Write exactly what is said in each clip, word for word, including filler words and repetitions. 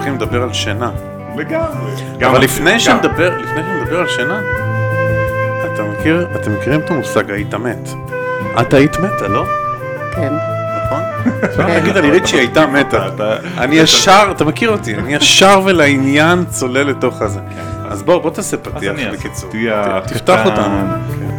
מתחילים לדבר על שינה. לגמרי. אבל לפני שנדבר, לפני שנדבר על שינה, אתה מכיר, אתם מכירים את המושג היית מת? את היית מתה, לא? כן. נכון? אפשר להגיד על עירית שהיא הייתה מתה. אני ישר, אתה מכיר אותי, אני ישר ולעניין צולל לתוך הזה. אז בוא, בוא תעשה פתיח בקיצור. תפתח אותנו.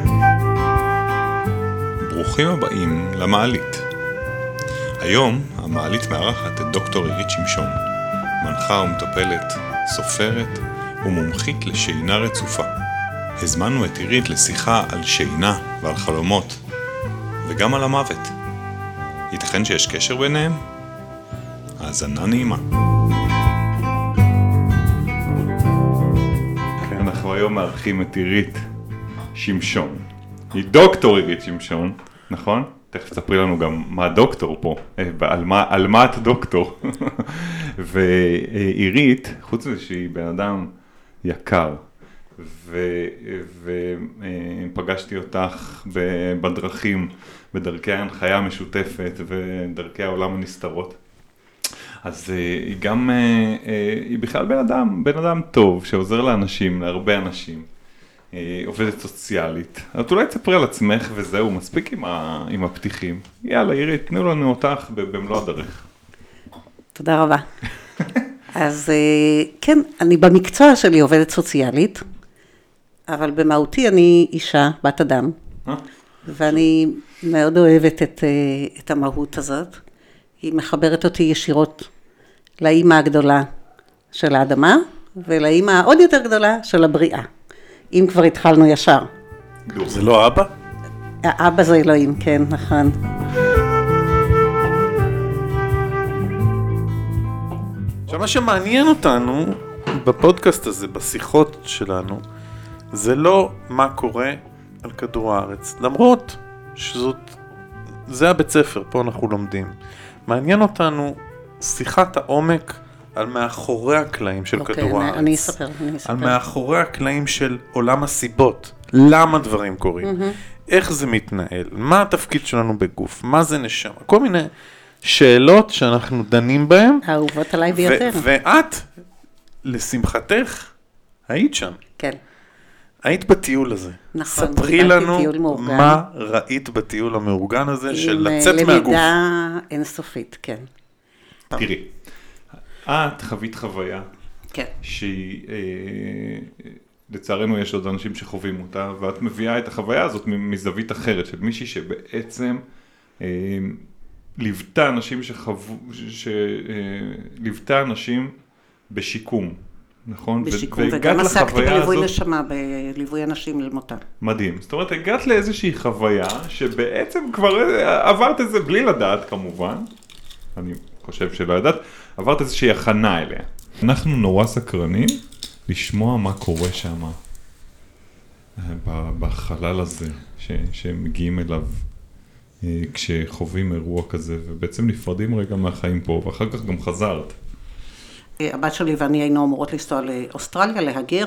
ברוכים הבאים למעלית. היום המעלית מארחת את דוקטור עירית שמשון, מנחה ומטפלת, סופרת ומומחית לשינה רצופה. הזמנו את עירית לשיחה על שינה ועל חלומות, וגם על המוות. ייתכן שיש קשר ביניהם? האזנה נעימה. אנחנו היום מארחים את עירית שמשון. היא דוקטור עירית שמשון, נכון? תכף תספרי לנו גם מה דוקטור פה, על מה, על מה את דוקטור. ועירית, חוץ מזה שהיא בן אדם יקר, ופגשתי אותך בדרכים, בדרכי ההנחיה המשותפת ודרכי העולם הנסתרות. אז היא גם, היא בכלל בן אדם, בן אדם טוב שעוזר לאנשים, להרבה אנשים. עובדת סוציאלית. אז אולי תספרי על עצמך וזהו, מספיק עם, ה, עם הפתיחים. יאללה, עירית, תנו לנו אותך במלוא הדרך. תודה רבה. אז כן, אני במקצוע שלי עובדת סוציאלית, אבל במהותי אני אישה, בת אדם, ואני מאוד אוהבת את, את המהות הזאת. היא מחברת אותי ישירות לאמא הגדולה של האדמה, ולאמא העוד יותר גדולה של הבריאה. אם כבר התחלנו ישר. זה לא אבא? האבא זה אלוהים, כן, נכון. עכשיו, מה שמעניין אותנו בפודקאסט הזה, בשיחות שלנו, זה לא מה קורה על כדור הארץ, למרות שזאת, זה הבית ספר, פה אנחנו לומדים. מעניין אותנו שיחת העומק על מאחורי הקלעים של okay, כדור הארץ. אני אספר, אני אספר. על מאחורי הקלעים של עולם הסיבות. למה דברים קורים? Mm-hmm. איך זה מתנהל? מה התפקיד שלנו בגוף? מה זה נשמה? כל מיני שאלות שאנחנו דנים בהן. האהובות עליי ביותר. ו- ואת, לשמחתך, היית שם. כן. היית בטיול הזה. נכון. ספרי לנו מה ראית בטיול המאורגן הזה של לצאת מהגוף. עם למידה אינסופית, כן. תראי. את חווית חוויה, כן. שהיא, אה, לצערנו יש עוד אנשים שחווים אותה, ואת מביאה את החוויה הזאת מזווית אחרת, של מישהי שבעצם אה, ליוותה אנשים שחוו, ש, אה, ליוותה אנשים בשיקום, נכון? בשיקום, ו- וגם עסקתי בליווי נשמה, בליווי אנשים למותה. מדהים, זאת אומרת, הגעת לאיזושהי חוויה, שבעצם כבר עברת את זה בלי לדעת כמובן, אני חושב שלא ידעת, עברת איזושהי הכנה אליה. אנחנו נורא סקרנים לשמוע מה קורה שם בחלל הזה ש, שמגיעים אליו כשחווים אירוע כזה, ובעצם נפרדים רגע מהחיים פה, ואחר כך גם חזרת. הבת שלי ואני היינו אמורות לנסוע לאוסטרליה, להגר.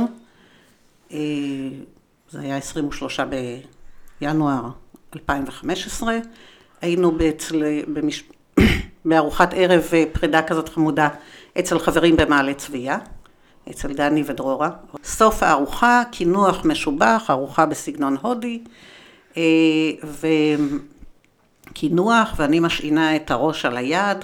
זה היה עשרים ושלושה בינואר אלפיים וחמש עשרה. היינו אצל, במש... בארוחת ערב פרידה כזאת חמודה אצל חברים במעלה צביה, אצל דני ודרורה. סוף הארוחה, כינוח משובח, ארוחה בסגנון הודי, וכינוח, ואני משעינה את הראש על היד,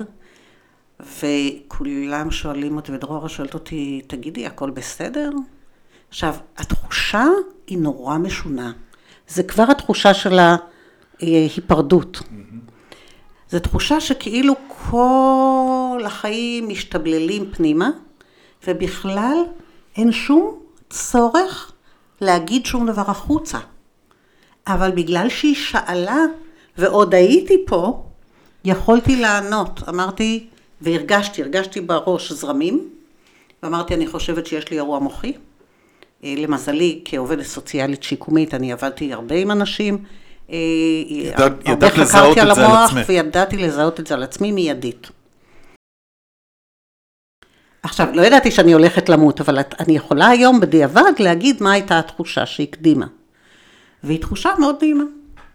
וכולם שואלים אותי, ודרורה שואלת אותי, תגידי, הכל בסדר? עכשיו, התחושה היא נורא משונה. זה כבר התחושה של ההיפרדות. זו תחושה שכאילו כל החיים משתבללים פנימה, ובכלל אין שום צורך להגיד שום דבר החוצה. אבל בגלל שהיא שאלה, ועוד הייתי פה, יכולתי לענות. אמרתי, והרגשתי, הרגשתי בראש זרמים, ואמרתי, אני חושבת שיש לי אירוע מוחי. למזלי, כעובדת סוציאלית שיקומית, אני עבדתי הרבה עם אנשים, ידעת לזהות את זה על עצמך. וידעתי לזהות את זה על עצמי מיידית. עכשיו, לא ידעתי שאני הולכת למות, אבל אני יכולה היום בדיעבד להגיד מה הייתה התחושה שהקדימה. והיא תחושה מאוד נעימה.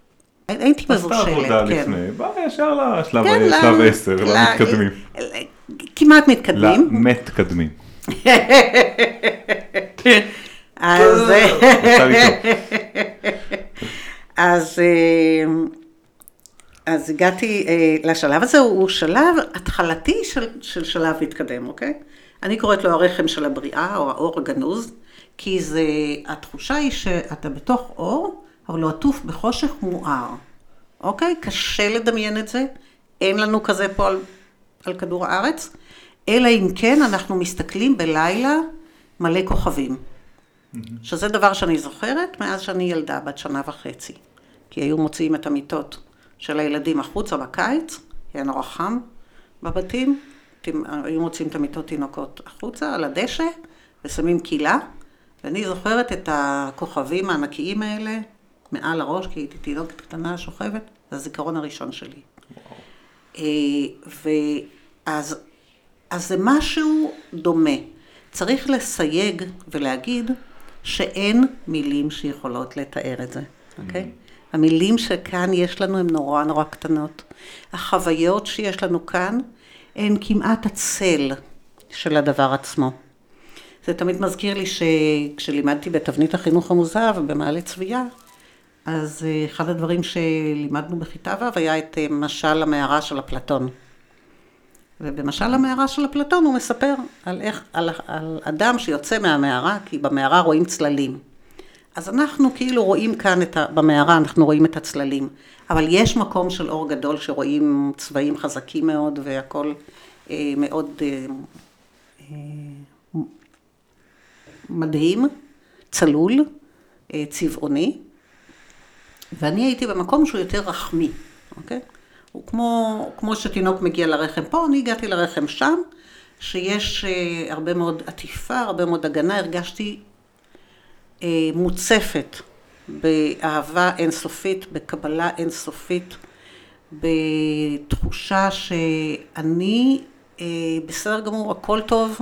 הייתי מבושלת, כן. עבודה לפני, בא ישר לשלב עשר, לא מתקדמים. כמעט מתקדמים. למתקדמים. אז... אז... אז הגעתי לשלב הזה, הוא שלב התחלתי של, של שלב מתקדם, אוקיי? אני קוראת לו הרחם של הבריאה, או האור הגנוז, כי זה, התחושה היא שאתה בתוך אור, אבל לא עטוף בחושך מואר, אוקיי? קשה לדמיין את זה, אין לנו כזה פה על, על כדור הארץ, אלא אם כן אנחנו מסתכלים בלילה מלא כוכבים, שזה דבר שאני זוכרת מאז שאני ילדה בת שנה וחצי, כי היו מוציאים את המיטות של הילדים החוצה בקיץ, היה נורא חם בבתים, היו מוצאים את המיטות תינוקות החוצה על הדשא, ושמים קילה, ואני זוכרת את הכוכבים הענקיים האלה מעל הראש, כי הייתי תינוקת קטנה שוכבת, זה הזיכרון הראשון שלי. ואז אז זה משהו דומה. צריך לסייג ולהגיד שאין מילים שיכולות לתאר את זה, אוקיי? המילים שכאן יש לנו הן נורא נורא קטנות. החוויות שיש לנו כאן הן כמעט הצל של הדבר עצמו. זה תמיד מזכיר לי שכשלימדתי בתבנית החינוך המוזר ובמעלה צבייה, אז אחד הדברים שלימדנו בכיתה ו' היה את משל המערה של אפלטון. ובמשל המערה של אפלטון הוא מספר על, איך, על, על אדם שיוצא מהמערה, כי במערה רואים צללים. אז אנחנו כאילו רואים כאן, את ה, במערה אנחנו רואים את הצללים, אבל יש מקום של אור גדול שרואים צבעים חזקים מאוד והכל אה, מאוד אה, אה, מדהים, צלול, אה, צבעוני, ואני הייתי במקום שהוא יותר רחמי, אוקיי? הוא כמו, כמו שתינוק מגיע לרחם פה, אני הגעתי לרחם שם, שיש אה, הרבה מאוד עטיפה, הרבה מאוד הגנה, הרגשתי מוצפת באהבה אינסופית, בקבלה אינסופית, בתחושה שאני בסדר גמור, הכל טוב,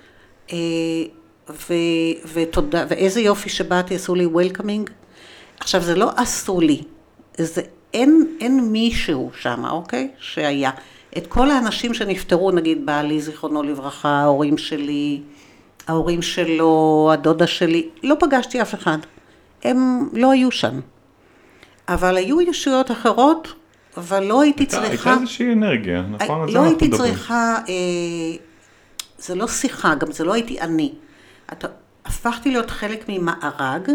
ו, ותודה, ואיזה יופי שבאתי, עשו לי וולקאמינג. עכשיו זה לא עשו לי, זה, אין, אין מישהו שם, אוקיי? שהיה. את כל האנשים שנפטרו, נגיד בעלי, זיכרונו לברכה, ההורים שלי, ההורים שלו, הדודה שלי, לא פגשתי אף אחד. הם לא היו שם. אבל היו ישויות אחרות, אבל לא הייתי צריכה... הייתה איזושהי אנרגיה, נכון? לא הייתי צריכה... זה לא שיחה, גם זה לא הייתי אני. הפכתי להיות חלק ממארג,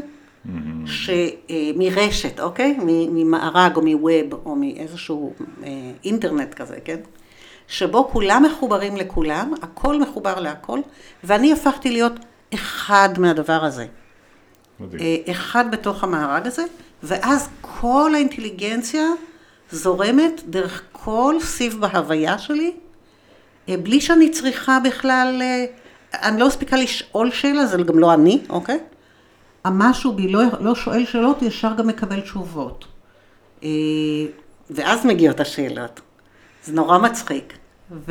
מרשת, אוקיי? ממארג או מווב או מאיזשהו אינטרנט כזה, כן? שבו כולם מחוברים לכולם, הכל מחובר להכל, ואני הפכתי להיות אחד מהדבר הזה. מדהים. אחד בתוך המארג הזה, ואז כל האינטליגנציה זורמת דרך כל סיב בהוויה שלי, בלי שאני צריכה בכלל, אני לא הספיקה לשאול שאלה, זה גם לא אני, אוקיי? המשהו בי לא, לא שואל שאלות, ישר גם מקבל תשובות. ואז מגיעות השאלות. זה נורא מצחיק. ו,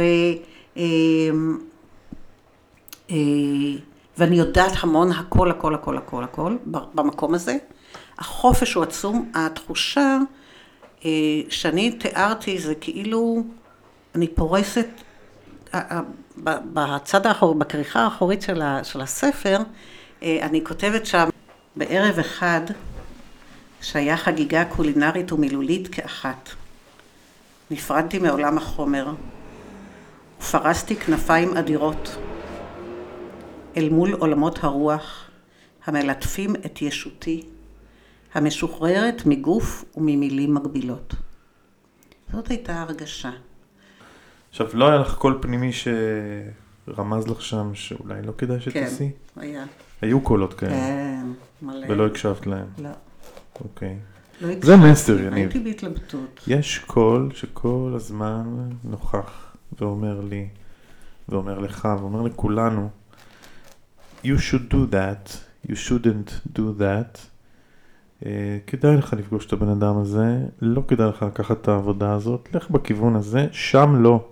ואני יודעת המון, הכל, הכל, הכל, הכל, הכל, במקום הזה. החופש הוא עצום, התחושה שאני תיארתי זה כאילו, אני פורסת, בצד האחורי, בכריכה האחורית של, ה, של הספר, אני כותבת שם בערב אחד, שהיה חגיגה קולינרית ומילולית כאחת. נפרדתי מעולם החומר, ופרסתי כנפיים אדירות, אל מול עולמות הרוח, המלטפים את ישותי, המשוחררת מגוף וממילים מגבילות. זאת הייתה הרגשה. עכשיו, לא היה לך קול פנימי שרמז לך שם שאולי לא כדאי שתעשי? כן, היה. היו קולות כאלה? כן, מלא. ולא הקשבת להם? לא. אוקיי. לא הקשבת. זה מסר, יניב. הייתי בהתלבטות. יש קול שכל הזמן נוכח ואומר לי, ואומר לך, ואומר לכולנו, you should do that, you shouldn't do that. Uh, כדאי לך לפגוש את הבן אדם הזה, לא כדאי לך לקחת את העבודה הזאת, לך בכיוון הזה, שם לא.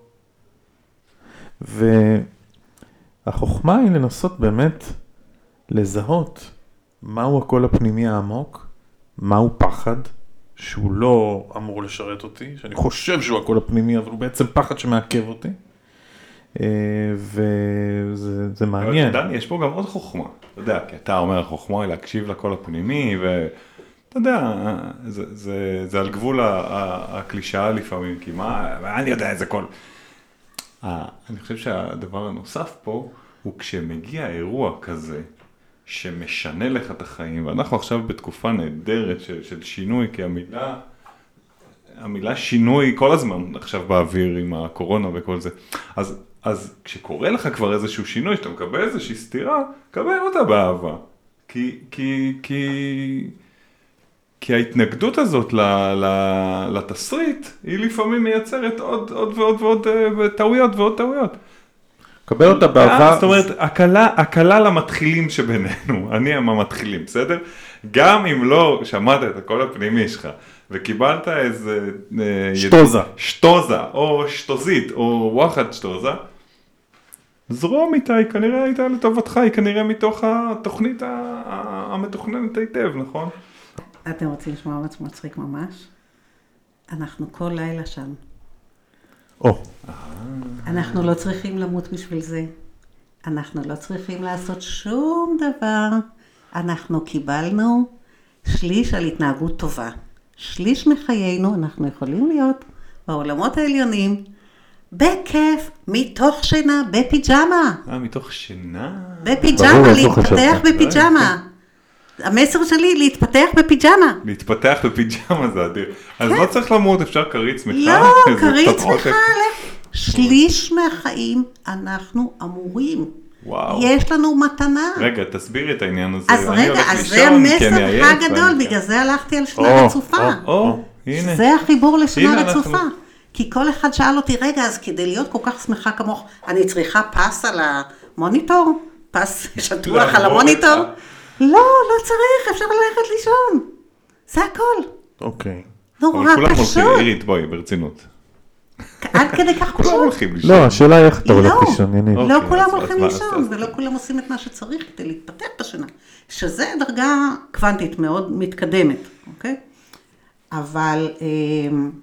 והחוכמה היא לנסות באמת לזהות מהו הקול הפנימי העמוק, מהו פחד, שהוא לא אמור לשרת אותי, שאני חושב שהוא הקול הפנימי, אבל הוא בעצם פחד שמעכב אותי, וזה מעניין. דני, יש פה גם עוד חוכמה, אתה יודע, כי אתה אומר, החוכמה היא להקשיב לקול הפנימי, ואתה יודע, זה, זה, זה על גבול הקלישאה לפעמים, כי מה, אני יודע איזה קול. אני חושב שהדבר הנוסף פה, הוא כשמגיע אירוע כזה, שמשנה לך את החיים, ואנחנו עכשיו בתקופה נהדרת של, של שינוי, כי המילה, המילה שינוי כל הזמן עכשיו באוויר עם הקורונה וכל זה. אז, אז כשקורה לך כבר איזשהו שינוי, שאתה מקבל איזושהי סתירה, קבל אותה באהבה. כי, כי, כי, כי ההתנגדות הזאת ל, ל, לתסריט, היא לפעמים מייצרת עוד, עוד ועוד ועוד טעויות ועוד טעויות. קבל אותה באהבה. זאת אומרת, הקלה, הקלה למתחילים שבינינו, אני הם המתחילים, בסדר? גם אם לא שמעת את הקול הפנימי שלך, וקיבלת איזה... שטוזה. שטוזה, או שטוזית, או וואחד שטוזה, זרום איתה, היא כנראה הייתה לטובתך, היא כנראה מתוך התוכנית המתוכננת היטב, נכון? אתם רוצים לשמוע מצחיק ממש? אנחנו כל לילה שם. או. אנחנו לא צריכים למות בשביל זה. אנחנו לא צריכים לעשות שום דבר. אנחנו קיבלנו שליש על התנהגות טובה. שליש מחיינו אנחנו יכולים להיות בעולמות העליונים, בכיף, מתוך שינה, בפיג'מה. אה, מתוך שינה? בפיג'מה, להתפתח בפיג'מה. המסר שלי, להתפתח בפיג'מה. להתפתח בפיג'מה זה אדיר. אז לא צריך למות, אפשר קריץ מיכה. לא, קריץ מיכה. שליש מהחיים אנחנו אמורים. וואו. יש לנו מתנה. רגע, תסבירי את העניין הזה. אז רגע, אז זה המסר הגדול, בגלל זה הלכתי על שנה רצופה. או, הנה. זה החיבור לשנה רצופה. כי כל אחד שאל אותי, רגע, אז כדי להיות כל כך שמחה כמוך, אני צריכה פס על המוניטור? פס שטוח על המוניטור? לא, לא צריך, אפשר ללכת לישון. זה הכל. אוקיי. נורא אבל כולם פשוט. הולכים, אירית, בואי, ברצינות. עד כדי כך כולם פשוט. הולכים לישון. לא, השאלה היא איך אתה הולך לא. לישון, יניב. לא אוקיי, כולם אז- הולכים אז מה, לישון, אז- ולא כולם עושים את מה שצריך כדי להתפתח בשינה. שזה דרגה קוונטית מאוד מתקדמת, אוקיי? אבל אמ,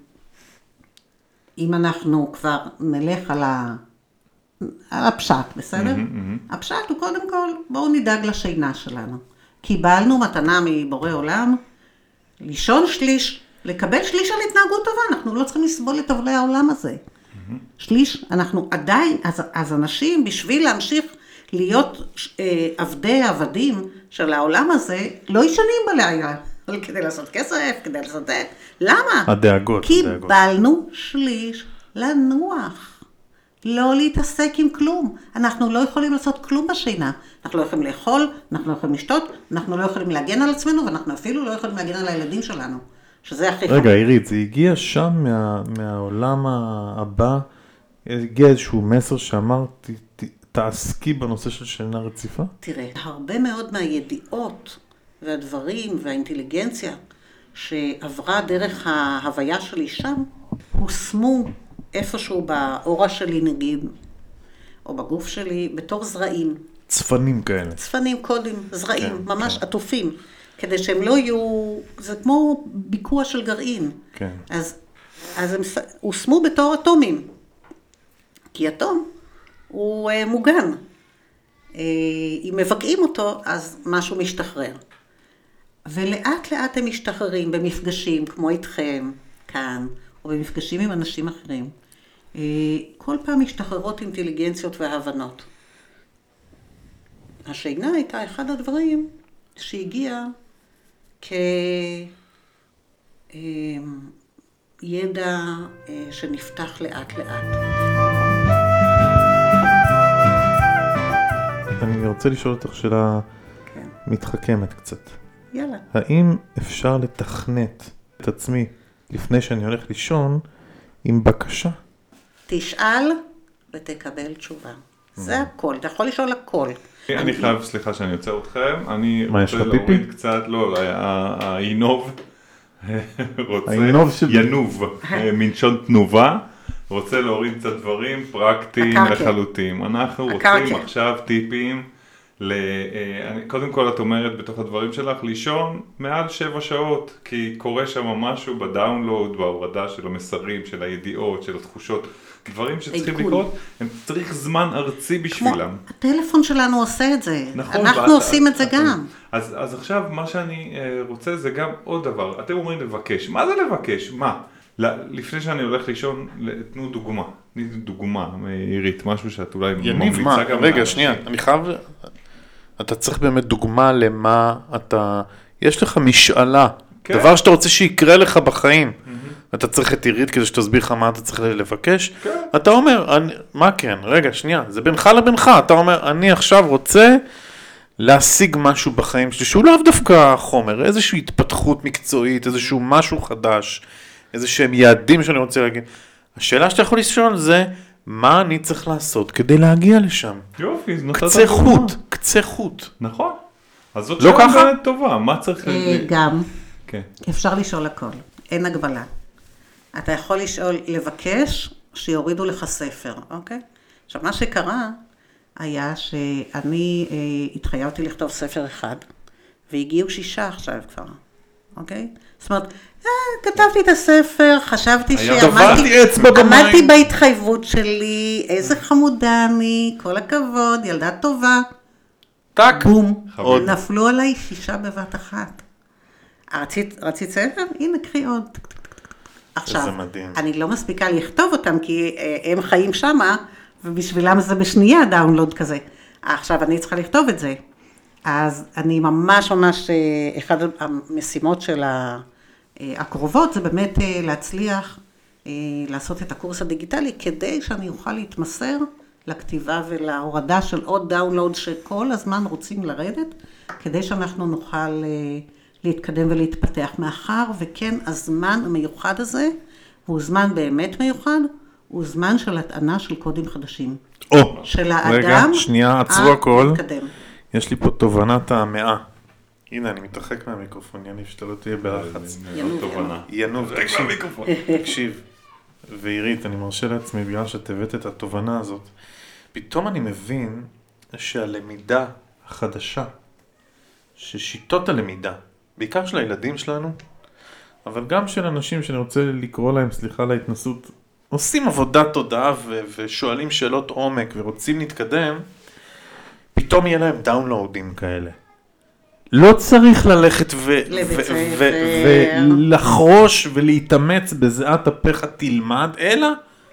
אם אנחנו כבר נלך על ה- על הפשט, בסדר? הפשט הוא קודם כל, בואו נדאג לשינה שלנו. קיבלנו מתנה מבורא עולם, לישון שליש, לקבל שליש על התנהגות טובה, אנחנו לא צריכים לסבול את עבלי העולם הזה. שליש, אנחנו עדיין, אז, אז אנשים בשביל להמשיך להיות אה, עבדי עבדים של העולם הזה, לא ישנים בלילה, אבל כדי לעשות כסף, כדי לעשות זה. למה? הדאגות, הדאגות. קיבלנו שליש לנוח. לא להתעסק עם כלום. אנחנו לא יכולים לעשות כלום בשינה. אנחנו לא יכולים לאכול, אנחנו לא יכולים לשתות, אנחנו לא יכולים להגן על עצמנו, ואנחנו אפילו לא יכולים להגן על הילדים שלנו. שזה הכי רגע, עירית, זה הגיע שם מה, מהעולם הבא, הגיע איזשהו מסר שאמר, ת, ת, תעסקי בנושא של שינה רציפה? תראה, הרבה מאוד מהידיעות והדברים והאינטליגנציה שעברה דרך ההוויה שלי שם, הושמו איפשהו באורה שלי נגיד, או בגוף שלי, בתור זרעים. צפנים כאלה. צפנים, קודים, זרעים, כן, ממש כן. עטופים, כדי שהם לא יהיו, זה כמו ביקוע של גרעין. כן. אז, אז הם ס- הושמו בתור אטומים, כי אטום הוא אה, מוגן. אה, אם מבקעים אותו, אז משהו משתחרר. ולאט לאט הם משתחררים במפגשים, כמו איתכם, כאן, או במפגשים עם אנשים אחרים. אה, כל פעם משתחררות אינטליגנציות והבנות. השינה הייתה אחד הדברים שהגיע כידע שנפתח לאט לאט. אני רוצה לשאול אותך שאלה כן. מתחכמת קצת. יאללה. האם אפשר לתכנת את עצמי לפני שאני הולך לישון עם בקשה? תשאל ותקבל תשובה. זה הכל, אתה יכול לשאול הכל. אני חייב, סליחה שאני יוצא אתכם, אני מה, יש רוצה לך פיפי? להוריד קצת, לא, לא, האינוב רוצה, האינוב של- ינוב, מלשון תנובה, רוצה להוריד קצת דברים פרקטיים הקרקר. לחלוטין. אנחנו רוצים הקרקר. עכשיו טיפים ל, אה, אני, קודם כל את אומרת בתוך הדברים שלך, לישון מעל שבע שעות, כי קורה שם משהו בדאונלוד, בהורדה של המסרים, של הידיעות, של התחושות, דברים שצריכים עדכון. לקרות, הם צריך זמן ארצי בשבילם. הטלפון שלנו עושה את זה, נכון, אנחנו ואת- עושים את זה את- גם. אז, אז עכשיו מה שאני אה, רוצה זה גם עוד דבר, אתם אומרים לבקש, מה זה לבקש? מה? לפני שאני הולך לישון, תנו דוגמה, תני דוגמה, עירית, משהו שאת אולי יניב, מה? גם רגע, לאנשים. שנייה, אני חייב... אתה צריך באמת דוגמה למה אתה... יש לך משאלה, כן. דבר שאתה רוצה שיקרה לך בחיים. אתה צריך את עירית כדי שתסביר לך מה אתה צריך לבקש. כן. אתה אומר, אני... מה כן? רגע, שנייה, זה בינך לבינך. אתה אומר, אני עכשיו רוצה להשיג משהו בחיים שלי, שהוא לאו דווקא חומר, איזושהי התפתחות מקצועית, איזשהו משהו חדש, איזשהם יעדים שאני רוצה להגיד. השאלה שאתה יכול לשאול זה, מה אני צריך לעשות כדי להגיע לשם? יופי, אז נתת קצה דוגמה. חוט, קצה חוט. נכון. אז זאת לא שאלה ככה? באמת טובה, מה צריך... אה, גם, כן. אפשר לשאול הכל, אין הגבלה. אתה יכול לשאול, לבקש שיורידו לך ספר, אוקיי? עכשיו, מה שקרה היה שאני אה, התחייבתי לכתוב ספר אחד, והגיעו שישה עכשיו כבר, אוקיי? זאת אומרת, אה, כתבתי את הספר, חשבתי היה שעמדתי דברתי אצבע במים. עמדתי בהתחייבות שלי, איזה חמודה אני, כל הכבוד, ילדה טובה. טק. בום, עוד. נפלו עליי שישה בבת אחת. רצית, רצית ספר? הנה, קחי עוד. עכשיו, איזה מדהים. אני לא מספיקה לכתוב אותם, כי אה, הם חיים שמה, ובשבילם זה בשנייה דאונלוד כזה. עכשיו, אני צריכה לכתוב את זה. אז אני ממש ממש, אה, אחד המשימות של ה- אה, הקרובות, זה באמת אה, להצליח אה, לעשות את הקורס הדיגיטלי, כדי שאני אוכל להתמסר לכתיבה ולהורדה של עוד דאונלוד שכל הזמן רוצים לרדת, כדי שאנחנו נוכל אה, להתקדם ולהתפתח. מאחר וכן הזמן המיוחד הזה, הוא זמן באמת מיוחד, הוא זמן של הטענה של קודים חדשים. או, של רגע, האדם שנייה, עצרו הכל. המתקדם. יש לי פה תובנת המאה. הנה, אני מתרחק מהמיקרופון, יניב, שאתה לא תהיה בלחץ. ינוב תובנה. ינוב, תקשיב, תקשיב. ועירית, אני מרשה לעצמי, בגלל שאת הבאת את התובנה הזאת, פתאום אני מבין שהלמידה החדשה, ששיטות הלמידה, בעיקר של הילדים שלנו, אבל גם של אנשים שאני רוצה לקרוא להם, סליחה על ההתנסות, עושים עבודת תודעה ו- ושואלים שאלות עומק ורוצים להתקדם, פתאום יהיה להם דאונלואודים כאלה. לא צריך ללכת ו- לבית ו- ספר. ו- ולחרוש ולהתאמץ בזיעת אפיך תלמד, אלא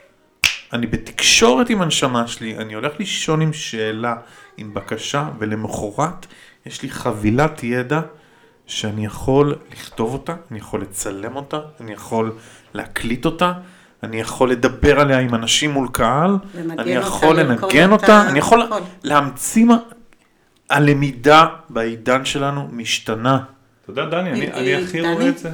אני בתקשורת עם הנשמה שלי, אני הולך לישון עם שאלה, עם בקשה, ולמחרת יש לי חבילת ידע שאני יכול לכתוב אותה, אני יכול לצלם אותה, אני יכול להקליט אותה, אני יכול לדבר עליה עם אנשים מול קהל, לנגן אני אותה, יכול לרקוד לנגן אותה, אותה, אני יכול הכל. להמציא מה... הלמידה בעידן שלנו משתנה, אתה יודע, דני, אני- אה, אני אה, הכי דני? רואה את זה.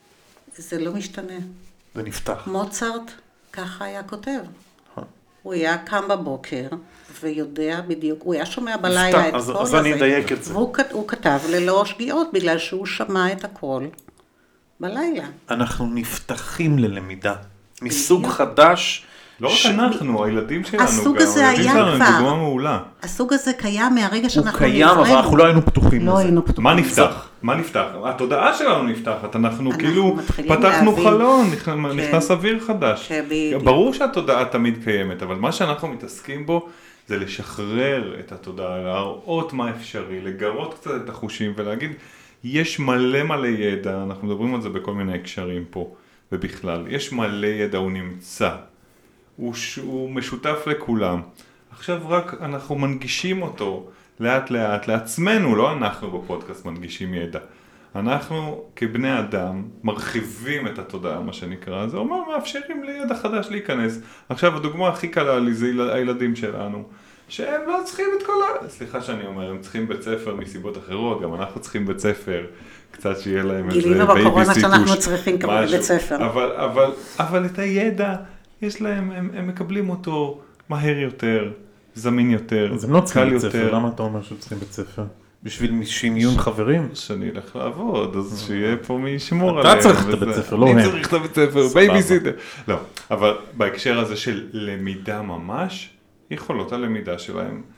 זה לא משתנה. זה נפתח. מוצרט ככה היה כותב. נכון. הוא היה קם בבוקר ויודע בדיוק, הוא היה שומע בלילה נפתח, את אז- כל אז הזה. אני אדייק את זה. והוא כת- הוא כתב ללא שגיאות, בגלל שהוא שמע את הכל בלילה. אנחנו נפתחים ללמידה, מסוג בדיוק. חדש, לא רק ש- אנחנו, הילדים שלנו גם. הסוג הזה הילדים היה שלנו הם כבר. דוגמה מעולה. הסוג הזה קיים מהרגע הוא שאנחנו קיים, אבל נבראנו. אנחנו לא היינו פתוחים לא לזה. היינו פתוחים. מה נפתח? מה נפתח? התודעה שלנו נפתחת, אנחנו אנחנו כאילו מתחילים פתחנו להבין. חלון, נכנס- נכנס אוויר חדש. כן, בדיוק. ברור שהתודעה תמיד קיימת, אבל מה שאנחנו מתעסקים בו זה לשחרר את התודעה, להראות מה אפשרי, לגרות קצת את החושים ולהגיד, יש מלא מלא ידע, אנחנו מדברים על זה בכל מיני הקשרים פה ובכלל, יש מלא ידע, הוא נמצא, הוא, ש... הוא משותף לכולם. עכשיו רק אנחנו מנגישים אותו לאט לאט לעצמנו, לא אנחנו בפודקאסט מנגישים ידע. אנחנו כבני אדם מרחיבים את התודעה, מה שנקרא, זה אומר מאפשרים לידע חדש להיכנס. עכשיו הדוגמה הכי קלה לי זה הילדים שלנו, שהם לא צריכים את כל ה... סליחה שאני אומר, הם צריכים בית ספר מסיבות אחרות, גם אנחנו צריכים בית ספר, קצת שיהיה להם איזה גילינו בייביסיטוש. בקורונה שאנחנו צריכים כמובן משהו. בית ספר. אבל, אבל, אבל את הידע, יש להם, הם, הם מקבלים אותו מהר יותר, זמין יותר, אז הם לא צריכים קל בית ספר, יותר. למה אתה אומר שהם צריכים בית ספר? בשביל שימיון חברים? שאני אלך לעבוד, אז שיהיה פה מי ישמור אתה עליהם. צריך את וזה- הבית ספר, לא הם. אני צריך את הבית ספר, סבבה. בייביסיטר. לא, אבל בהקשר הזה של למידה ממש, יכולות הלמידה שלהם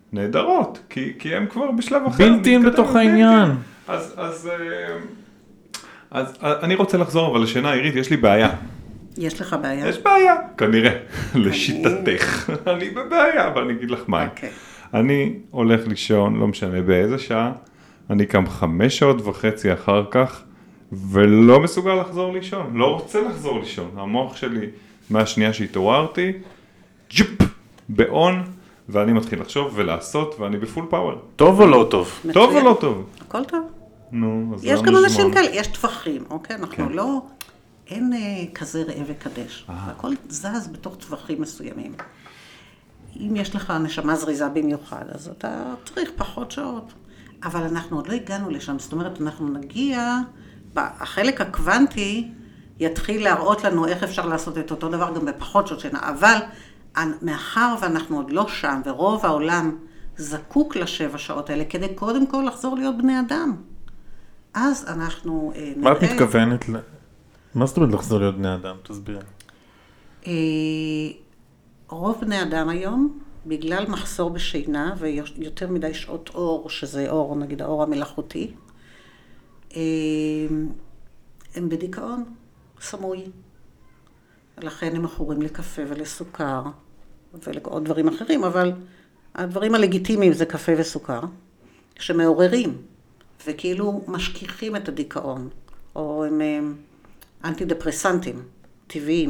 נהדרות, כי, כי הם כבר בשלב אחר. בלתי בתוך העניין. אז, אז, אז, אז אני רוצה לחזור, אבל לשינה עירית, יש לי בעיה. יש לך בעיה? יש בעיה, כנראה, לשיטתך. אני בבעיה, אבל אני אגיד לך מה. אוקיי. אני הולך לישון, לא משנה באיזה שעה, אני קם חמש שעות וחצי אחר כך, ולא מסוגל לחזור לישון, לא רוצה לחזור לישון. המוח שלי, מהשנייה שהתעוררתי, ג'יפ, באון, ואני מתחיל לחשוב ולעשות, ואני בפול פאוור. טוב או לא טוב? טוב או לא טוב? הכל טוב. נו, אז יש למה גם לשמוע? אנשים כאלה, יש טווחים, אוקיי? אנחנו כן. לא, אין אה, כזה ראה וקדש. הכל זז בתוך טווחים מסוימים. אם יש לך נשמה זריזה במיוחד, אז אתה צריך פחות שעות. אבל אנחנו עוד לא הגענו לשם, זאת אומרת, אנחנו נגיע, החלק הקוונטי יתחיל להראות לנו איך אפשר לעשות את אותו דבר גם בפחות שעות שינה, אבל מאחר ואנחנו עוד לא שם, ורוב העולם זקוק לשבע שעות האלה, כדי קודם כל לחזור להיות בני אדם. אז אנחנו אה, נראה... מה את מתכוונת? ל... מה זאת אומרת לחזור להיות בני אדם? תסביר. אה, רוב בני אדם היום, בגלל מחסור בשינה ויותר מדי שעות אור, שזה אור, נגיד האור המלאכותי, אה, הם בדיכאון סמוי. לכן הם מכורים לקפה ולסוכר ולעוד דברים אחרים, אבל הדברים הלגיטימיים זה קפה וסוכר, שמעוררים וכאילו משכיחים את הדיכאון, או הם, הם אנטי-דפרסנטים טבעיים.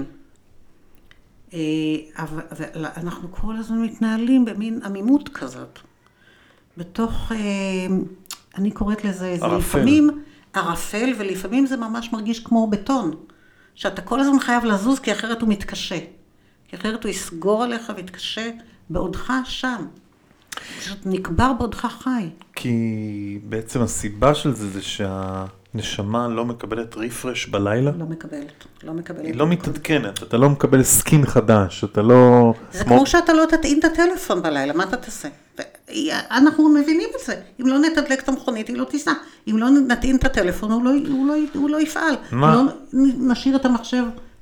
אבל אנחנו כל הזמן מתנהלים במין עמימות כזאת. בתוך, אני קוראת לזה, זה לפעמים ערפל, ולפעמים זה ממש מרגיש כמו בטון. שאתה כל הזמן חייב לזוז, כי אחרת הוא מתקשה. כי אחרת הוא יסגור עליך ויתקשה בעודך שם. פשוט נקבר בעודך חי. כי בעצם הסיבה של זה זה שהנשמה לא מקבלת ריפרש בלילה. לא מקבלת, לא מקבלת. היא לא מתעדכנת, אתה לא מקבל סקין חדש, אתה לא... זה כמו שאתה לא תטעין את הטלפון בלילה, מה אתה תעשה? אנחנו מבינים את זה. אם לא נתדלק את המכונית, היא לא תיסע. אם לא נטעין את הטלפון, הוא לא, הוא לא, הוא לא יפעל. מה? אם לא נשאיר את המחשב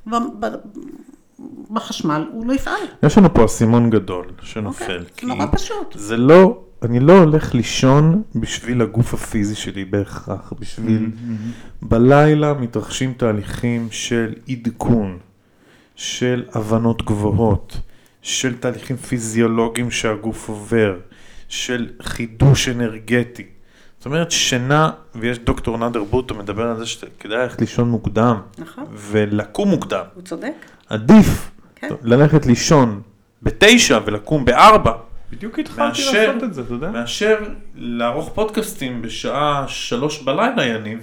בחשמל, הוא לא יפעל. יש לנו פה אסימון גדול שנופל. אוקיי, זה נורא פשוט. זה לא, אני לא הולך לישון בשביל הגוף הפיזי שלי בהכרח, בשביל... בלילה מתרחשים תהליכים של עדכון, של הבנות גבוהות, של תהליכים פיזיולוגיים שהגוף עובר, של חידוש אנרגטי. זאת אומרת, שינה, ויש דוקטור נאדר בוטו מדבר על זה שכדאי ללכת לישון מוקדם, נכון. ולקום מוקדם. הוא צודק. עדיף כן. ללכת לישון בתשע ולקום בארבע, בדיוק התחלתי לעשות את זה, אתה יודע? מאשר לערוך פודקאסטים בשעה שלוש בלילה, יניב,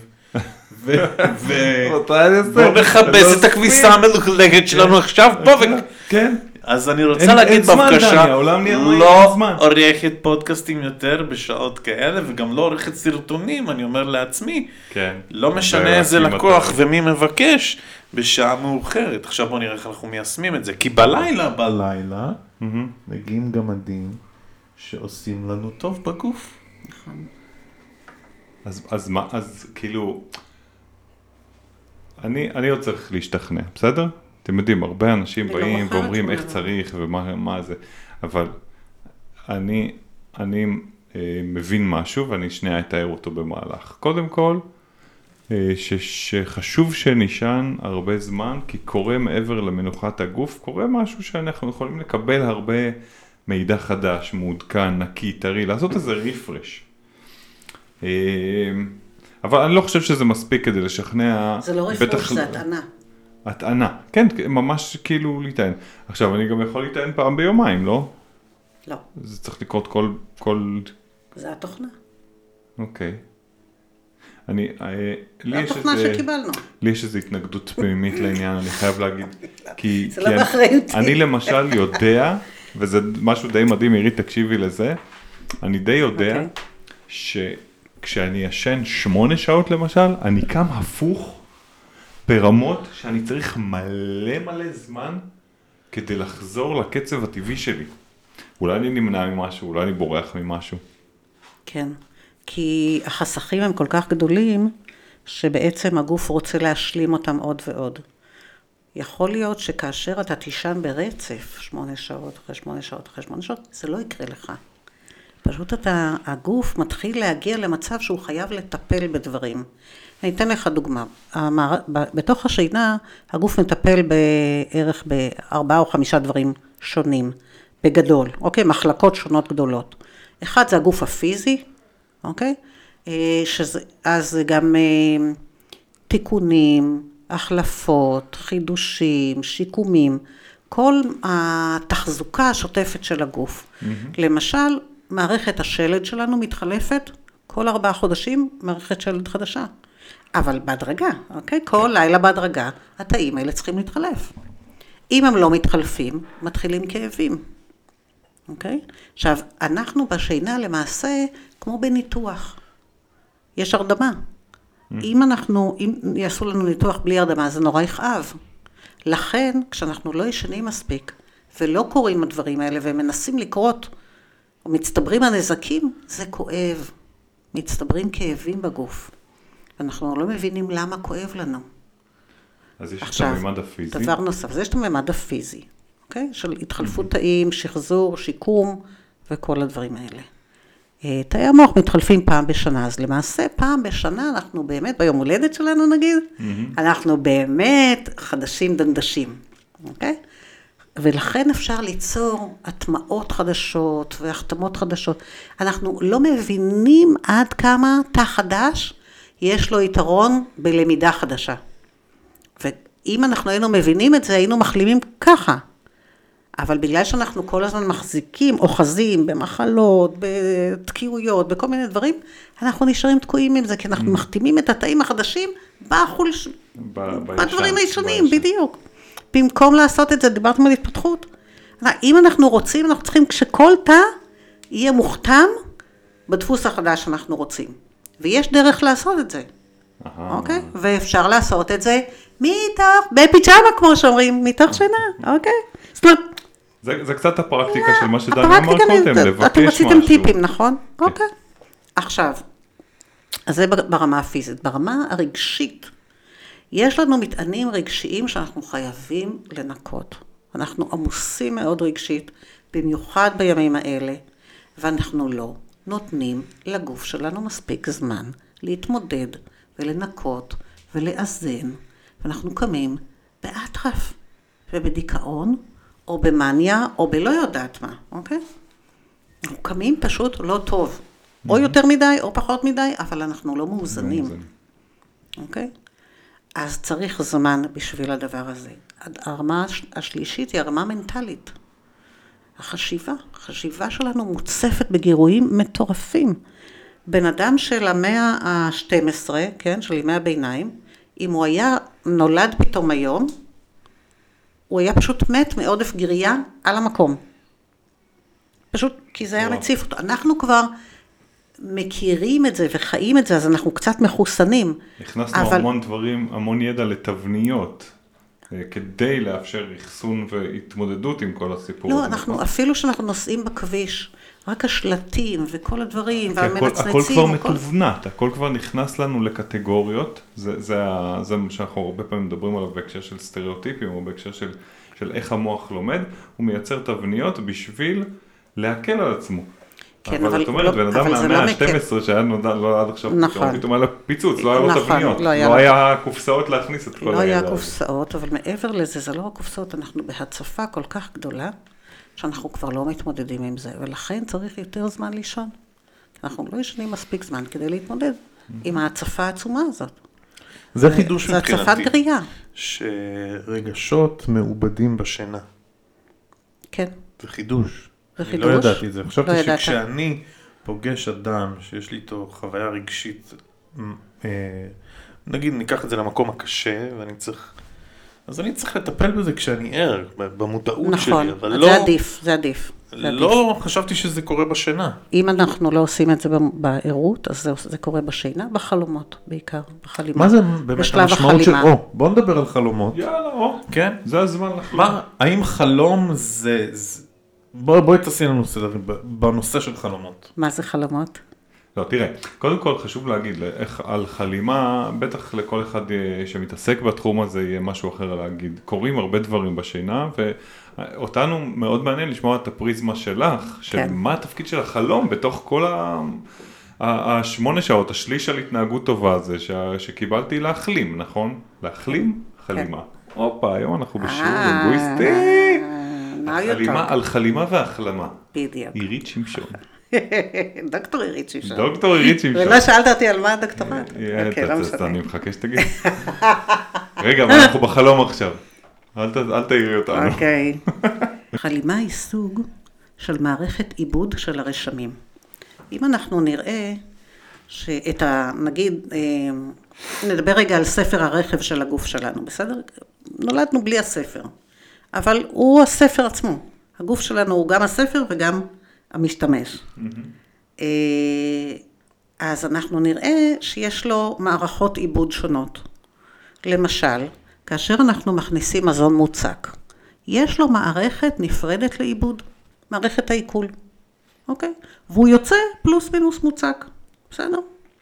ובוא נכבס את הכביסה המלוכלכת שלנו עכשיו פה. כן. אז אני רוצה להגיד בבקשה, לא עורכת פודקאסטים יותר בשעות כאלה, וגם לא עורכת סרטונים, אני אומר לעצמי, לא משנה איזה לקוח ומי מבקש בשעה מאוחרת. עכשיו בוא נראה איך אנחנו מיישמים את זה, כי בלילה, בלילה, מגיעים גמדים שעושים לנו טוב בגוף. נכון. אז, אז מה, אז כאילו, אני, אני עוד צריך להשתכנע, בסדר? אתם יודעים, הרבה אנשים באים ואומרים איך צריך ומה מה זה, אבל אני, אני אה, מבין משהו ואני שנייה אתאר אותו במהלך. קודם כל, אה, ש, שחשוב שנשען הרבה זמן, כי קורה מעבר למנוחת הגוף, קורה משהו שאנחנו יכולים לקבל הרבה מידע חדש, מעודכן, נקי, טרי, לעשות איזה ריפרש. אה, אבל אני לא חושב שזה מספיק כדי לשכנע. זה לא ריפרש, זה הטענה. הטענה, כן, ממש כאילו להיטען. עכשיו, אני גם יכול להיטען פעם ביומיים, לא? לא. זה צריך לקרות כל... כל... זה התוכנה. אוקיי. אני... זה התוכנה שקיבלנו. לי יש איזו התנגדות פנימית לעניין, אני חייב להגיד. כי, זה לא באחריותי. אני למשל יודע, וזה משהו די מדהים, עירית, תקשיבי לזה, אני די יודע שכשאני ישן שמונה שעות למשל, אני קם הפוך, ברמות שאני צריך מלא מלא זמן כדי לחזור לקצב הטבעי שלי. אולי אני נמנע ממשהו, אולי אני בורח ממשהו. כן, כי החסכים הם כל כך גדולים, שבעצם הגוף רוצה להשלים אותם עוד ועוד. יכול להיות שכאשר אתה תישן ברצף, שמונה שעות אחרי שמונה שעות אחרי שמונה שעות, זה לא יקרה לך. פשוט אתה, הגוף מתחיל להגיע למצב שהוא חייב לטפל בדברים. אני אתן לך דוגמה. המער... בתוך השינה, הגוף מטפל בערך בארבעה או חמישה דברים שונים, בגדול, אוקיי? מחלקות שונות גדולות. אחד זה הגוף הפיזי, אוקיי? שזה, אז זה גם תיקונים, החלפות, חידושים, שיקומים, כל התחזוקה השוטפת של הגוף. Mm-hmm. למשל, מערכת השלד שלנו מתחלפת כל ארבעה חודשים, מערכת שלד חדשה. אבל בהדרגה, אוקיי? כל לילה בהדרגה, התאים האלה צריכים להתחלף. אם הם לא מתחלפים, מתחילים כאבים. אוקיי? עכשיו, אנחנו בשינה למעשה כמו בניתוח. יש הרדמה. Mm. אם אנחנו, אם יעשו לנו ניתוח בלי הרדמה, זה נורא יכאב. לכן, כשאנחנו לא ישנים מספיק, ולא קוראים הדברים האלה, ומנסים לקרות, או מצטברים הנזקים, זה כואב. מצטברים כאבים בגוף. אנחנו לא מבינים למה כואב לנו. אז יש עכשיו, את הממד הפיזי. דבר נוסף, אז יש את הממד הפיזי, אוקיי? של התחלפות תאים, שחזור, שיקום, וכל הדברים האלה. תאי המוח מתחלפים פעם בשנה, אז למעשה פעם בשנה אנחנו באמת, ביום הולדת שלנו נגיד, אנחנו באמת חדשים דנדשים, אוקיי? ולכן אפשר ליצור הטמעות חדשות והחתמות חדשות. אנחנו לא מבינים עד כמה תא חדש יש לו יתרון בלמידה חדשה. ואם אנחנו היינו מבינים את זה, היינו מחלימים ככה. אבל בגלל שאנחנו כל הזמן מחזיקים, אוחזים במחלות, בתקיעויות, בכל מיני דברים, אנחנו נשארים תקועים עם זה, כי אנחנו מחתימים את התאים החדשים בחולש... בדברים הישנים, בדיוק. במקום לעשות את זה, דיברתם על התפתחות. אם אנחנו רוצים, אנחנו צריכים כשכל תא יהיה מוכתם בדפוס החדש שאנחנו רוצים. ויש דרך לעשות את זה. אוקיי? ואפשר לעשות את זה מתוך, בפיג'מה כמו שאומרים, מתוך שינה. אוקיי? זאת אומרת... זה, זה קצת הפרקטיקה של מה שדני אמר קודם, לבקש אתם משהו. רציתם טיפים, נכון? אוקיי. עכשיו, אז זה ברמה הפיזית. ברמה הרגשית, יש לנו מטענים רגשיים שאנחנו חייבים לנקות. אנחנו עמוסים מאוד רגשית, במיוחד בימים האלה, ואנחנו לא נותנים לגוף שלנו מספיק זמן להתמודד ולנקות ולאזן, ואנחנו קמים באטרף ובדיכאון, או במניה, או בלא יודעת מה, אוקיי? אנחנו קמים פשוט לא טוב, או יותר מדי, או פחות מדי, אבל אנחנו לא מאוזנים, אוקיי? אז צריך זמן בשביל הדבר הזה. הרמה השלישית היא הרמה מנטלית. החשיבה, החשיבה שלנו מוצפת בגירויים מטורפים. בן אדם של המאה ה-שתים עשרה, כן, של ימי הביניים, אם הוא היה נולד פתאום היום, הוא היה פשוט מת מעודף גרייה על המקום. פשוט כי זה היה מציף אותו. אנחנו כבר מכירים את זה וחיים את זה, אז אנחנו קצת מחוסנים. הכנסנו אבל... המון דברים, המון ידע לתבניות, כדי לאפשר אחסון והתמודדות עם כל הסיפור. לא, אנחנו, נכון? אפילו שאנחנו נוסעים בכביש, רק השלטים וכל הדברים, והמנצנצים. הכל כבר מתובנת, הכל כבר נכנס לנו לקטגוריות, זה, זה, זה מה שאנחנו הרבה פעמים מדברים עליו בהקשר של סטריאוטיפים, או בהקשר של, של איך המוח לומד, הוא מייצר תבניות בשביל להקל על עצמו. כן, אבל את אומרת, בן אדם מהמאה ה-שתים עשרה שהיה נודע, לא עד עכשיו, נכון. פתאום היה פיצוץ, לא היה לו נכון, תבניות, לא היה, לא היה קופסאות להכניס את כל לא הידע. היה קופסאות, אבל מעבר לזה, זה לא הקופסאות, אנחנו בהצפה כל כך גדולה, שאנחנו כבר לא מתמודדים עם זה, ולכן צריך יותר זמן לישון. אנחנו לא ישנים מספיק זמן כדי להתמודד עם ההצפה העצומה הזאת. זה חידוש מבחינתי. זה הצפת גרייה. שרגשות מעובדים בשינה. כן. זה חידוש. זה אני חידוש? לא ידעתי את זה. חשבתי לא ידעת. שכשאני פוגש אדם שיש לי איתו חוויה רגשית, נגיד ניקח את זה למקום הקשה, ואני צריך... אז אני צריך לטפל בזה כשאני ער, במודעות נכון, שלי, אבל זה לא... עדיף, זה עדיף. זה לא עדיף. חשבתי שזה קורה בשינה. אם אנחנו לא עושים את זה בעירות, אז זה, זה קורה בשינה, בחלומות בעיקר, בחלימה. מה זה באמת המשמעות של... או, בוא נדבר על חלומות. יאללה, או. כן? זה הזמן לחלום. מה, האם חלום זה... בואי בוא תעשי לנו סדר בנושא של חלומות. מה זה חלומות? לא, תראה, קודם כל חשוב להגיד, איך על חלימה, בטח לכל אחד שמתעסק בתחום הזה יהיה משהו אחר להגיד. קורים הרבה דברים בשינה, ואותנו מאוד מעניין לשמוע את הפריזמה שלך, של כן. מה התפקיד של החלום בתוך כל ה... השמונה שעות, השליש על התנהגות טובה הזה, ש... שקיבלתי להחלים, נכון? להחלים? חלימה. כן. אופה, היום אנחנו בשיעור אגואיסטי. חלימה על חלימה והחלמה. בדיוק. עירית שמשון. דוקטור עירית שמשון. דוקטור עירית שמשון. ולא שאלת אותי על מה הדוקטורט. אני מחכה שתגיד. רגע, אבל אנחנו בחלום עכשיו. אל תעירי אותנו. אוקיי. חלימה היא סוג של מערכת עיבוד של הרשמים. אם אנחנו נראה שאת ה... נגיד, נדבר רגע על ספר הרכב של הגוף שלנו, בסדר? נולדנו בלי הספר, אבל הוא הספר עצמו. הגוף שלנו הוא גם הספר וגם המשתמש. Mm-hmm. אז אנחנו נראה שיש לו מערכות עיבוד שונות. למשל, כאשר אנחנו מכניסים מזון מוצק, יש לו מערכת נפרדת לעיבוד, מערכת העיכול. אוקיי? והוא יוצא פלוס מינוס מוצק. בסדר?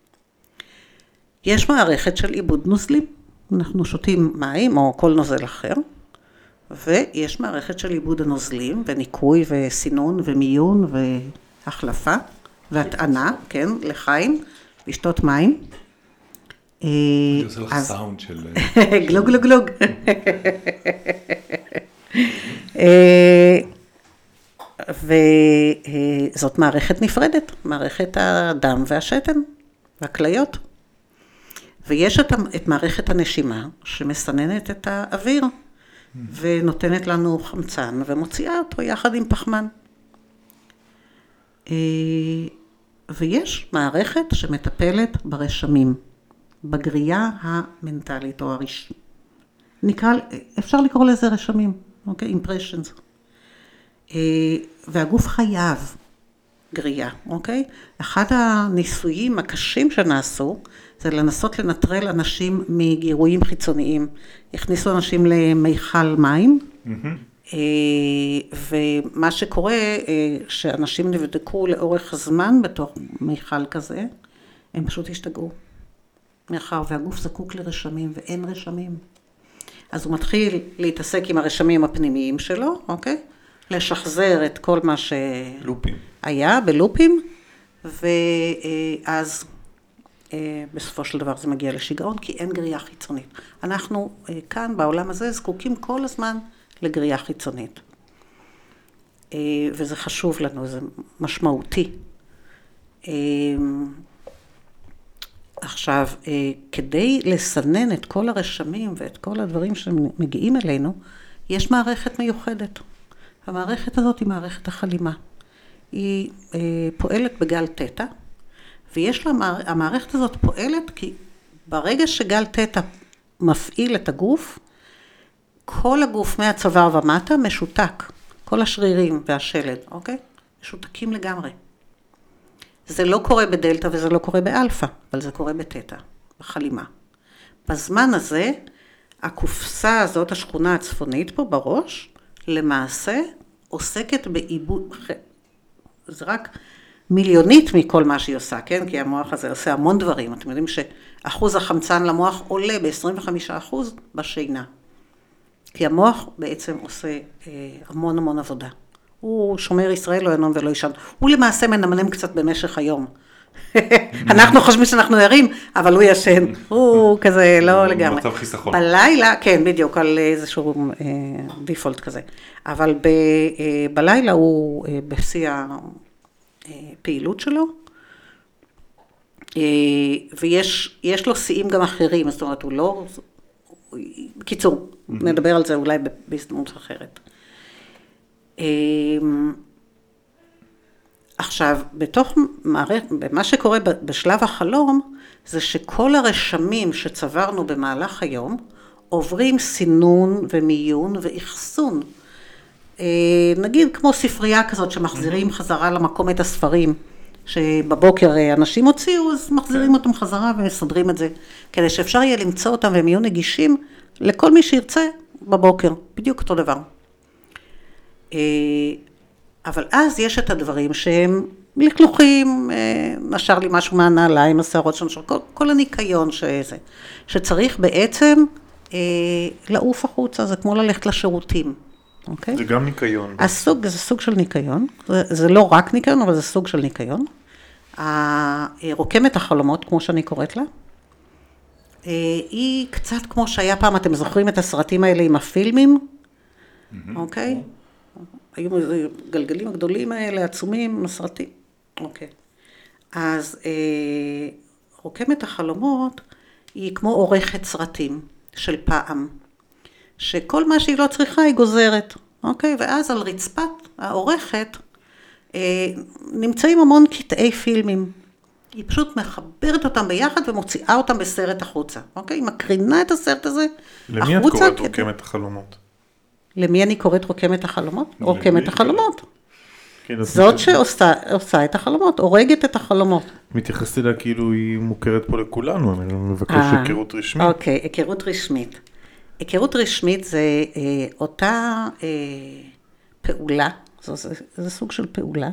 יש מערכת של עיבוד נוזלים. אנחנו שותים מים או כל נוזל אחר. ויש מערכת של עיבוד הנוזלים, וניקוי וסינון ומיון והחלפה, והטענה, כן, לחיים, לשתות מים. אני עושה לך סאונד של... גלוג גלוג גלוג. וזאת מערכת נפרדת, מערכת הדם והשתן והכליות. ויש את מערכת הנשימה שמסננת את האוויר. ונותנת לנו חמצן, ומוציאה אותו יחד עם פחמן. ויש מערכת שמטפלת ברשמים, בגרייה המנטלית או הראשית. נקרא, אפשר לקרוא לזה רשמים, אוקיי? impressions. והגוף חייב גרייה, אוקיי? אחד הניסויים הקשים שנעשו, זה לנסות לנטרל אנשים מגירויים חיצוניים. הכניסו אנשים למיכל מים, mm-hmm. ומה שקורה, שאנשים נבדקו לאורך הזמן בתוך מיכל כזה, הם פשוט השתגעו. מאחר והגוף זקוק לרשמים ואין רשמים. אז הוא מתחיל להתעסק עם הרשמים הפנימיים שלו, אוקיי? לשחזר את כל מה שהיה בלופים, ואז בסופו של דבר זה מגיע לשיגעון, כי אין גרייה חיצונית. אנחנו כאן בעולם הזה זקוקים כל הזמן לגרייה חיצונית. וזה חשוב לנו, זה משמעותי. עכשיו, כדי לסנן את כל הרשמים ואת כל הדברים שמגיעים אלינו, יש מערכת מיוחדת. המערכת הזאת היא מערכת החלימה. היא פועלת בגל תטא, ויש לה, המערכת הזאת פועלת כי ברגע שגל תטא מפעיל את הגוף, כל הגוף מהצוואר ומטה משותק. כל השרירים והשלד, אוקיי? משותקים לגמרי. זה לא קורה בדלטה וזה לא קורה באלפא, אבל זה קורה בתטא, בחלימה. בזמן הזה, הקופסה הזאת, השכונה הצפונית פה בראש, למעשה עוסקת בעיבוד, זה רק מיליונית מכל מה שהיא עושה, כן? כי המוח הזה עושה המון דברים. אתם יודעים שאחוז החמצן למוח עולה ב-עשרים וחמישה אחוז בשינה. כי המוח בעצם עושה אה, המון המון עבודה. הוא שומר ישראל, לא ינום ולא ישן. הוא למעשה מנמנם קצת במשך היום. אנחנו חושבים שאנחנו ערים, אבל הוא ישן. הוא כזה לא לגמרי. מצב חיסכון. בלילה, כן, בדיוק, על איזשהו דיפולט כזה. אבל ב, אה, בלילה הוא אה, בשיא הפעילות שלו. אה, ויש יש לו שיאים גם אחרים, זאת אומרת, הוא לא... בקיצור, נדבר על זה אולי בהזדמנות אחרת. עכשיו, בתוך מערכת, במה שקורה בשלב החלום, זה שכל הרשמים שצברנו במהלך היום, עוברים סינון ומיון ואחסון. נגיד כמו ספרייה כזאת שמחזירים חזרה למקום את הספרים, שבבוקר אנשים הוציאו, אז מחזירים אותם חזרה ומסדרים את זה, כדי שאפשר יהיה למצוא אותם והם יהיו נגישים לכל מי שירצה בבוקר, בדיוק אותו דבר. אבל אז יש את הדברים שהם לכלוכים, נשר לי משהו מהנעליים, השערות שם, כל, כל הניקיון שזה, שצריך בעצם אה, לעוף החוצה, זה כמו ללכת לשירותים, אוקיי? זה גם ניקיון. הסוג, זה סוג של ניקיון, זה, זה לא רק ניקיון, אבל זה סוג של ניקיון. רוקמת החלומות, כמו שאני קוראת לה, היא קצת כמו שהיה פעם, אתם זוכרים את הסרטים האלה עם הפילמים, אוקיי? היו גלגלים הגדולים האלה, עצומים, הסרטים. אוקיי. אז רוקמת החלומות היא כמו עורכת סרטים של פעם, שכל מה שהיא לא צריכה היא גוזרת, אוקיי? ואז על רצפת העורכת נמצאים המון קטעי פילמים. היא פשוט מחברת אותם ביחד ומוציאה אותם בסרט החוצה, אוקיי? היא מקרינה את הסרט הזה למי את קוראת רוקמת החלומות? למי אני קוראת רוקמת החלומות? רוקמת החלומות. כן, זאת שעושה את החלומות, הורגת את החלומות. מתייחסת אליה כאילו היא מוכרת פה לכולנו, אני מבקש היכרות רשמית. אוקיי, היכרות רשמית. היכרות רשמית זה אה, אותה אה, פעולה, זה, זה, זה סוג של פעולה,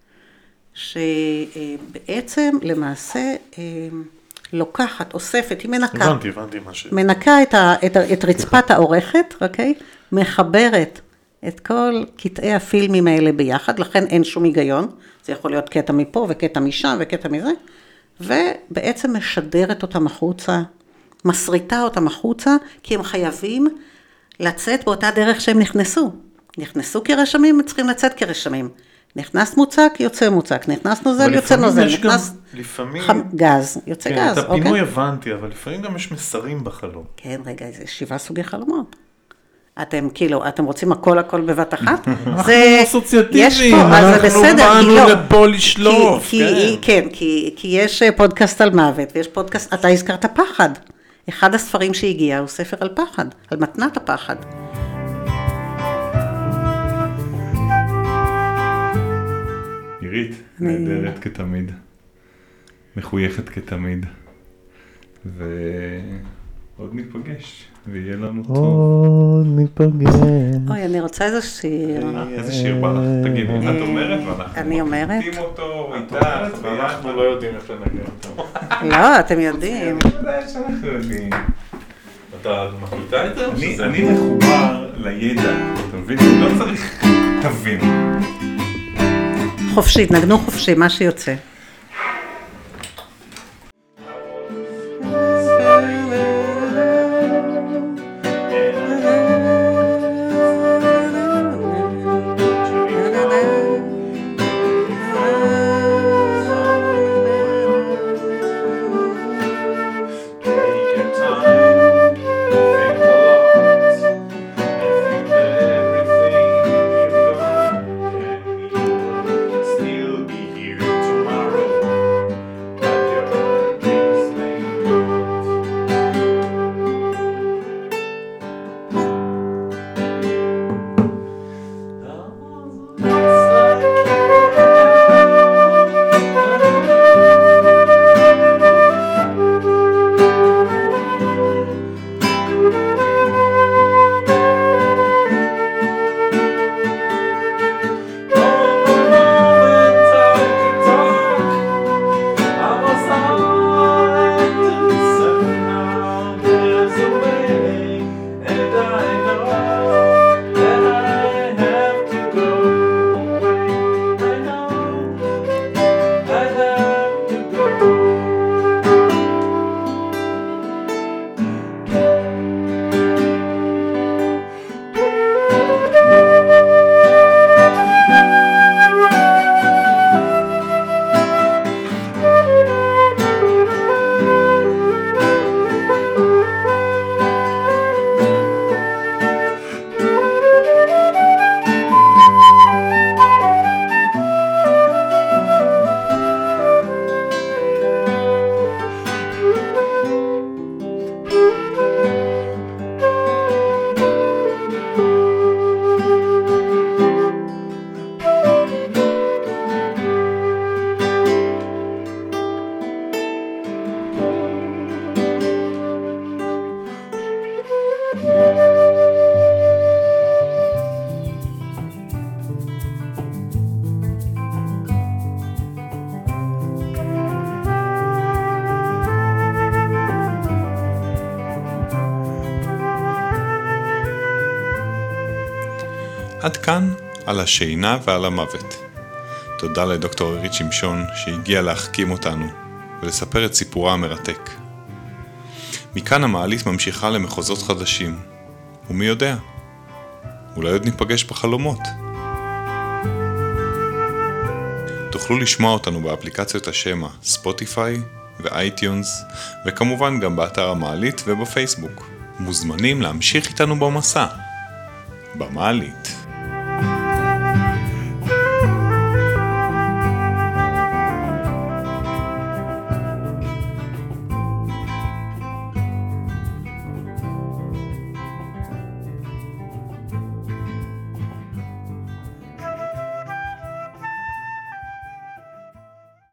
שבעצם למעשה אה, לוקחת, אוספת, היא מנקה. הבנתי, הבנתי מה ש... מנקה את, ה, את, ה, את רצפת העורכת, אוקיי? מחברת את כל קטעי הפילמים האלה ביחד, לכן אין שום היגיון, זה יכול להיות קטע מפה וקטע משם וקטע מזה, ובעצם משדרת אותם החוצה, מסריטה אותם החוצה, כי הם חייבים לצאת באותה דרך שהם נכנסו. נכנסו כרשמים, הם צריכים לצאת כרשמים. נכנס מוצק, יוצא מוצק, נכנס נוזל, יוצא נוזל, נכנס לפעמים... חמ... גז, יוצא כן, גז, את הפינוי אוקיי? הבנתי, אבל לפעמים גם יש מסרים בחלום. כן, רגע, זה שבעה סוגי חלומות. אתם כאילו, אתם רוצים הכל הכל בבת אחת? זה אסוציאטיביים, אנחנו באנו לפה לשלוף. כן, כי יש פודקאסט על מוות, ויש פודקאסט, אתה הזכרת פחד. אחד הספרים שהגיע הוא ספר על פחד, על מתנת הפחד. עירית, נהדרת כתמיד, מחויכת כתמיד, ועוד ניפגש, ויהיה לנו טוב. עוד ניפגש. אוי, אני רוצה איזה שיר. איזה שיר בא לך? תגידי, את אומרת ואנחנו אני אומרת. נותנים אותו איתך, ואנחנו לא יודעים איך לנגן אותו. לא, אתם יודעים. אני יודע שאנחנו יודעים. אתה מחליטה את זה? אני מחובר לידע, אתה מבין? לא צריך תבין. חופשי, תנגנו חופשי, מה שיוצא. Still be here tomorrow. עד כאן על השינה ועל המוות. תודה לדוקטור עירית שמשון שהגיע להחכים אותנו ולספר את סיפורה המרתק. מכאן המעלית ממשיכה למחוזות חדשים, ומי יודע, אולי עוד ניפגש בחלומות. תוכלו לשמוע אותנו באפליקציות השמה ספוטיפיי ואייטיונס, וכמובן גם באתר המעלית ובפייסבוק. מוזמנים להמשיך איתנו במסע, במעלית.